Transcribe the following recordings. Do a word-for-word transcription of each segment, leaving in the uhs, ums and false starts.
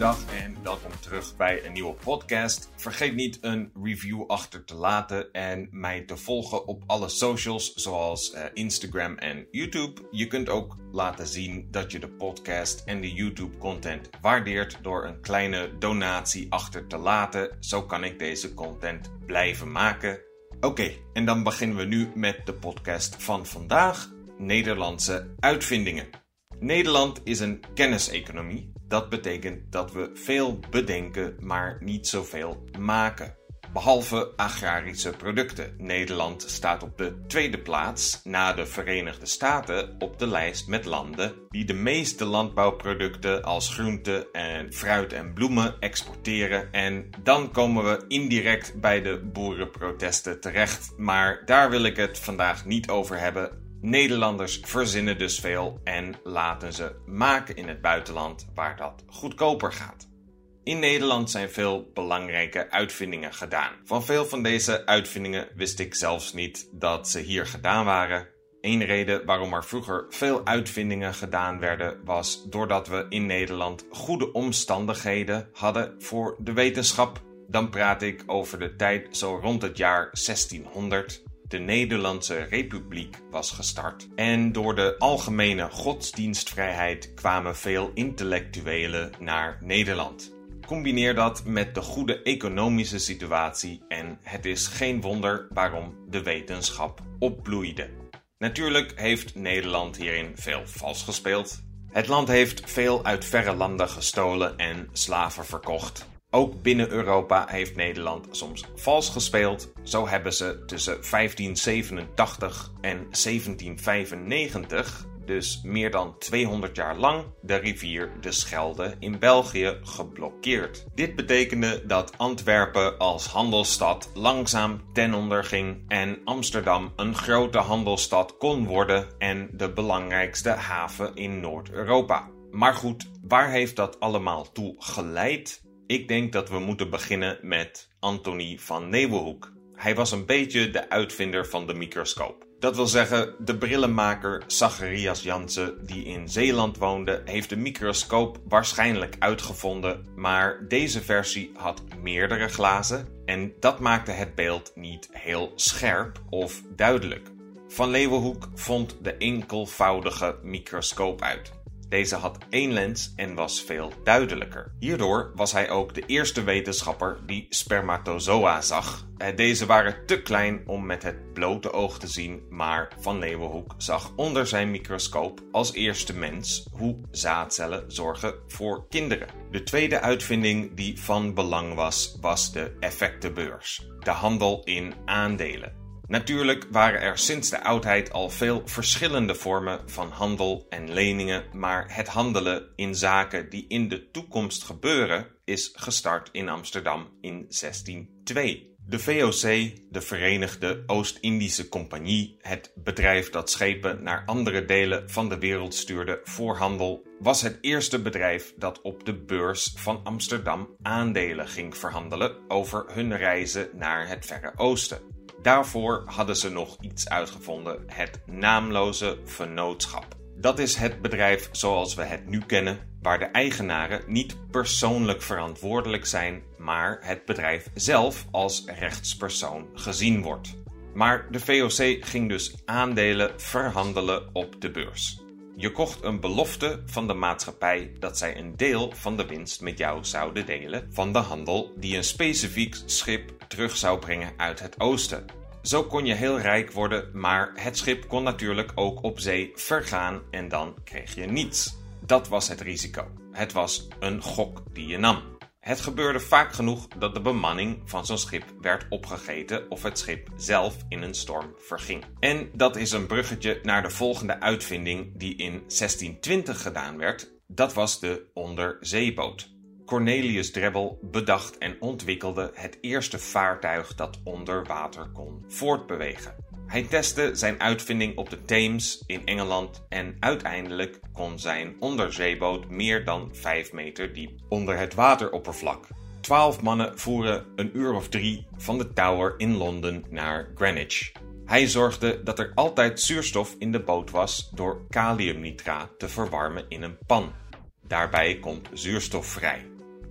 Goedendag en welkom terug bij een nieuwe podcast. Vergeet niet een review achter te laten en mij te volgen op alle socials zoals uh, Instagram en YouTube. Je kunt ook laten zien dat je de podcast en de YouTube content waardeert door een kleine donatie achter te laten. Zo kan ik deze content blijven maken. Oké, okay, en dan beginnen we nu met de podcast van vandaag. Nederlandse uitvindingen. Nederland is een kenniseconomie. Dat betekent dat we veel bedenken, maar niet zoveel maken. Behalve agrarische producten. Nederland staat op de tweede plaats na de Verenigde Staten op de lijst met landen die de meeste landbouwproducten als groente en fruit en bloemen exporteren. En dan komen we indirect bij de boerenprotesten terecht. Maar daar wil ik het vandaag niet over hebben. Nederlanders verzinnen dus veel en laten ze maken in het buitenland waar dat goedkoper gaat. In Nederland zijn veel belangrijke uitvindingen gedaan. Van veel van deze uitvindingen wist ik zelfs niet dat ze hier gedaan waren. Eén reden waarom er vroeger veel uitvindingen gedaan werden was doordat we in Nederland goede omstandigheden hadden voor de wetenschap. Dan praat ik over de tijd zo rond het jaar zestienhonderd. De Nederlandse Republiek was gestart en door de algemene godsdienstvrijheid kwamen veel intellectuelen naar Nederland. Combineer dat met de goede economische situatie en het is geen wonder waarom de wetenschap opbloeide. Natuurlijk heeft Nederland hierin veel vals gespeeld. Het land heeft veel uit verre landen gestolen en slaven verkocht. Ook binnen Europa heeft Nederland soms vals gespeeld. Zo hebben ze tussen vijftien zevenentachtig en zeventien vijfennegentig, dus meer dan tweehonderd jaar lang, de rivier de Schelde in België geblokkeerd. Dit betekende dat Antwerpen als handelsstad langzaam ten onder ging en Amsterdam een grote handelsstad kon worden en de belangrijkste haven in Noord-Europa. Maar goed, waar heeft dat allemaal toe geleid? Ik denk dat we moeten beginnen met Anthonie van Leeuwenhoek. Hij was een beetje de uitvinder van de microscoop. Dat wil zeggen, de brillenmaker Zacharias Janssen, die in Zeeland woonde, heeft de microscoop waarschijnlijk uitgevonden, maar deze versie had meerdere glazen en dat maakte het beeld niet heel scherp of duidelijk. Van Leeuwenhoek vond de enkelvoudige microscoop uit. Deze had één lens en was veel duidelijker. Hierdoor was hij ook de eerste wetenschapper die spermatozoa zag. Deze waren te klein om met het blote oog te zien, maar Van Leeuwenhoek zag onder zijn microscoop als eerste mens hoe zaadcellen zorgen voor kinderen. De tweede uitvinding die van belang was, was de effectenbeurs, de handel in aandelen. Natuurlijk waren er sinds de oudheid al veel verschillende vormen van handel en leningen, maar het handelen in zaken die in de toekomst gebeuren is gestart in Amsterdam in zestienhonderdtwee. De V O C, de Verenigde Oost-Indische Compagnie, het bedrijf dat schepen naar andere delen van de wereld stuurde voor handel, was het eerste bedrijf dat op de beurs van Amsterdam aandelen ging verhandelen over hun reizen naar het Verre Oosten. Daarvoor hadden ze nog iets uitgevonden, het naamloze vennootschap. Dat is het bedrijf zoals we het nu kennen, waar de eigenaren niet persoonlijk verantwoordelijk zijn, maar het bedrijf zelf als rechtspersoon gezien wordt. Maar de V O C ging dus aandelen verhandelen op de beurs. Je kocht een belofte van de maatschappij dat zij een deel van de winst met jou zouden delen van de handel die een specifiek schip terug zou brengen uit het oosten. Zo kon je heel rijk worden, maar het schip kon natuurlijk ook op zee vergaan en dan kreeg je niets. Dat was het risico. Het was een gok die je nam. Het gebeurde vaak genoeg dat de bemanning van zo'n schip werd opgegeten of het schip zelf in een storm verging. En dat is een bruggetje naar de volgende uitvinding die in zestienhonderdtwintig gedaan werd. Dat was de onderzeeboot. Cornelius Drebbel bedacht en ontwikkelde het eerste vaartuig dat onder water kon voortbewegen. Hij testte zijn uitvinding op de Theems in Engeland en uiteindelijk kon zijn onderzeeboot meer dan vijf meter diep onder het wateroppervlak. Twaalf mannen voeren een uur of drie van de Tower in Londen naar Greenwich. Hij zorgde dat er altijd zuurstof in de boot was door kaliumnitraat te verwarmen in een pan. Daarbij komt zuurstof vrij.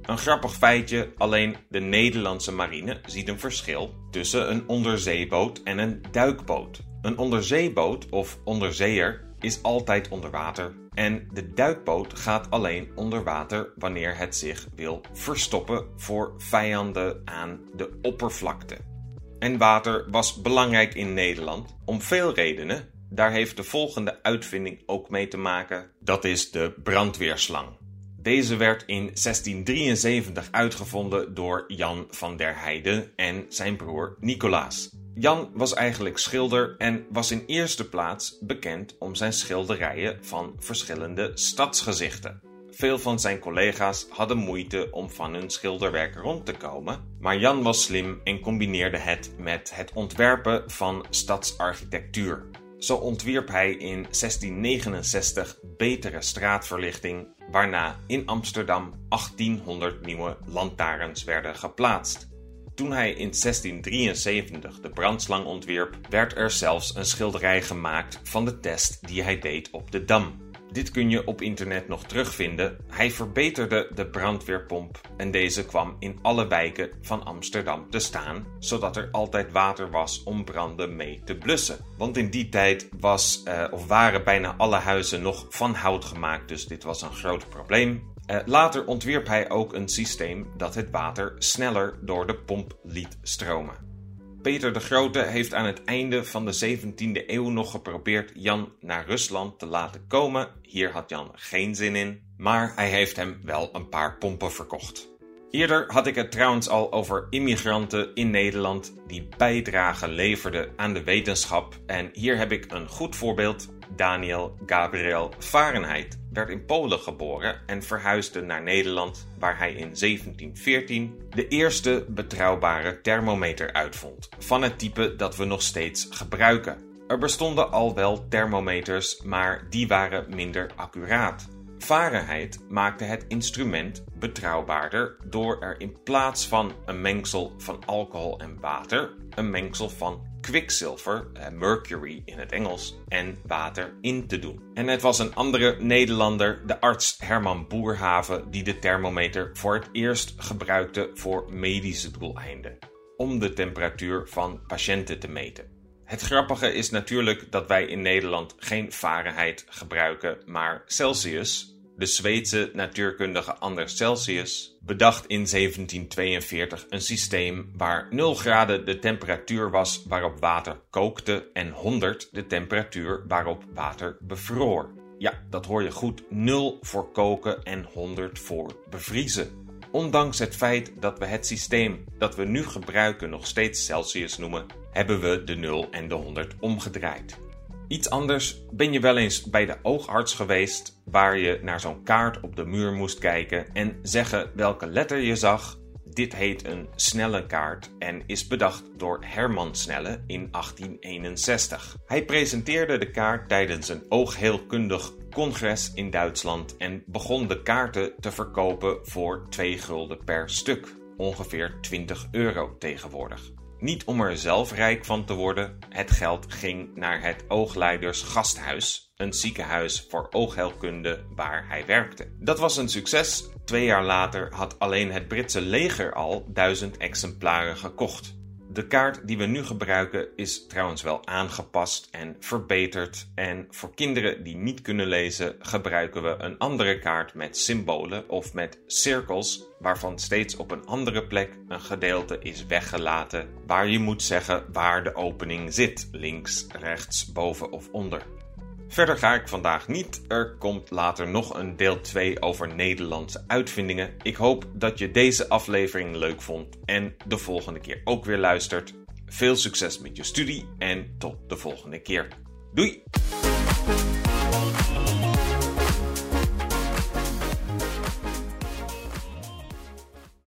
Een grappig feitje, alleen de Nederlandse marine ziet een verschil tussen een onderzeeboot en een duikboot. Een onderzeeboot of onderzeeër is altijd onder water en de duikboot gaat alleen onder water wanneer het zich wil verstoppen voor vijanden aan de oppervlakte. En water was belangrijk in Nederland om veel redenen. Daar heeft de volgende uitvinding ook mee te maken. Dat is de brandweerslang. Deze werd in zestien drieënzeventig uitgevonden door Jan van der Heijden en zijn broer Nicolaas. Jan was eigenlijk schilder en was in eerste plaats bekend om zijn schilderijen van verschillende stadsgezichten. Veel van zijn collega's hadden moeite om van hun schilderwerk rond te komen, maar Jan was slim en combineerde het met het ontwerpen van stadsarchitectuur. Zo ontwierp hij in zestien negenenzestig betere straatverlichting, waarna in Amsterdam achttienhonderd nieuwe lantaarns werden geplaatst. Toen hij in zestien drieënzeventig de brandslang ontwierp, werd er zelfs een schilderij gemaakt van de test die hij deed op de Dam. Dit kun je op internet nog terugvinden. Hij verbeterde de brandweerpomp en deze kwam in alle wijken van Amsterdam te staan, zodat er altijd water was om branden mee te blussen. Want in die tijd was, uh, of waren bijna alle huizen nog van hout gemaakt, dus dit was een groot probleem. Uh, later ontwierp hij ook een systeem dat het water sneller door de pomp liet stromen. Peter de Grote heeft aan het einde van de zeventiende eeuw nog geprobeerd Jan naar Rusland te laten komen. Hier had Jan geen zin in, maar hij heeft hem wel een paar pompen verkocht. Eerder had ik het trouwens al over immigranten in Nederland die bijdrage leverden aan de wetenschap. En hier heb ik een goed voorbeeld. Daniel Gabriel Fahrenheit werd in Polen geboren en verhuisde naar Nederland, waar hij in zeventien veertien de eerste betrouwbare thermometer uitvond, van het type dat we nog steeds gebruiken. Er bestonden al wel thermometers, maar die waren minder accuraat. Fahrenheit maakte het instrument betrouwbaarder door er in plaats van een mengsel van alcohol en water een mengsel van kwikzilver, eh, mercury in het Engels, en water in te doen. En het was een andere Nederlander, de arts Herman Boerhaave, die de thermometer voor het eerst gebruikte voor medische doeleinden, om de temperatuur van patiënten te meten. Het grappige is natuurlijk dat wij in Nederland geen Fahrenheit gebruiken, maar Celsius. De Zweedse natuurkundige Anders Celsius bedacht in zeventien tweeënveertig een systeem waar nul graden de temperatuur was waarop water kookte en honderd de temperatuur waarop water bevroor. Ja, dat hoor je goed, nul voor koken en honderd voor bevriezen. Ondanks het feit dat we het systeem dat we nu gebruiken nog steeds Celsius noemen, hebben we de nul en de honderd omgedraaid. Iets anders, ben je wel eens bij de oogarts geweest waar je naar zo'n kaart op de muur moest kijken en zeggen welke letter je zag? Dit heet een Snelle-kaart en is bedacht door Herman Snelle in achttien eenenzestig. Hij presenteerde de kaart tijdens een oogheelkundig congres in Duitsland en begon de kaarten te verkopen voor twee gulden per stuk, ongeveer twintig euro tegenwoordig. Niet om er zelf rijk van te worden, het geld ging naar het Oogleiders Gasthuis, een ziekenhuis voor oogheelkunde waar hij werkte. Dat was een succes. Twee jaar later had alleen het Britse leger al duizend exemplaren gekocht. De kaart die we nu gebruiken is trouwens wel aangepast en verbeterd. En voor kinderen die niet kunnen lezen gebruiken we een andere kaart met symbolen of met cirkels, waarvan steeds op een andere plek een gedeelte is weggelaten waar je moet zeggen waar de opening zit, links, rechts, boven of onder. Verder ga ik vandaag niet. Er komt later nog een deel twee over Nederlandse uitvindingen. Ik hoop dat je deze aflevering leuk vond en de volgende keer ook weer luistert. Veel succes met je studie en tot de volgende keer. Doei!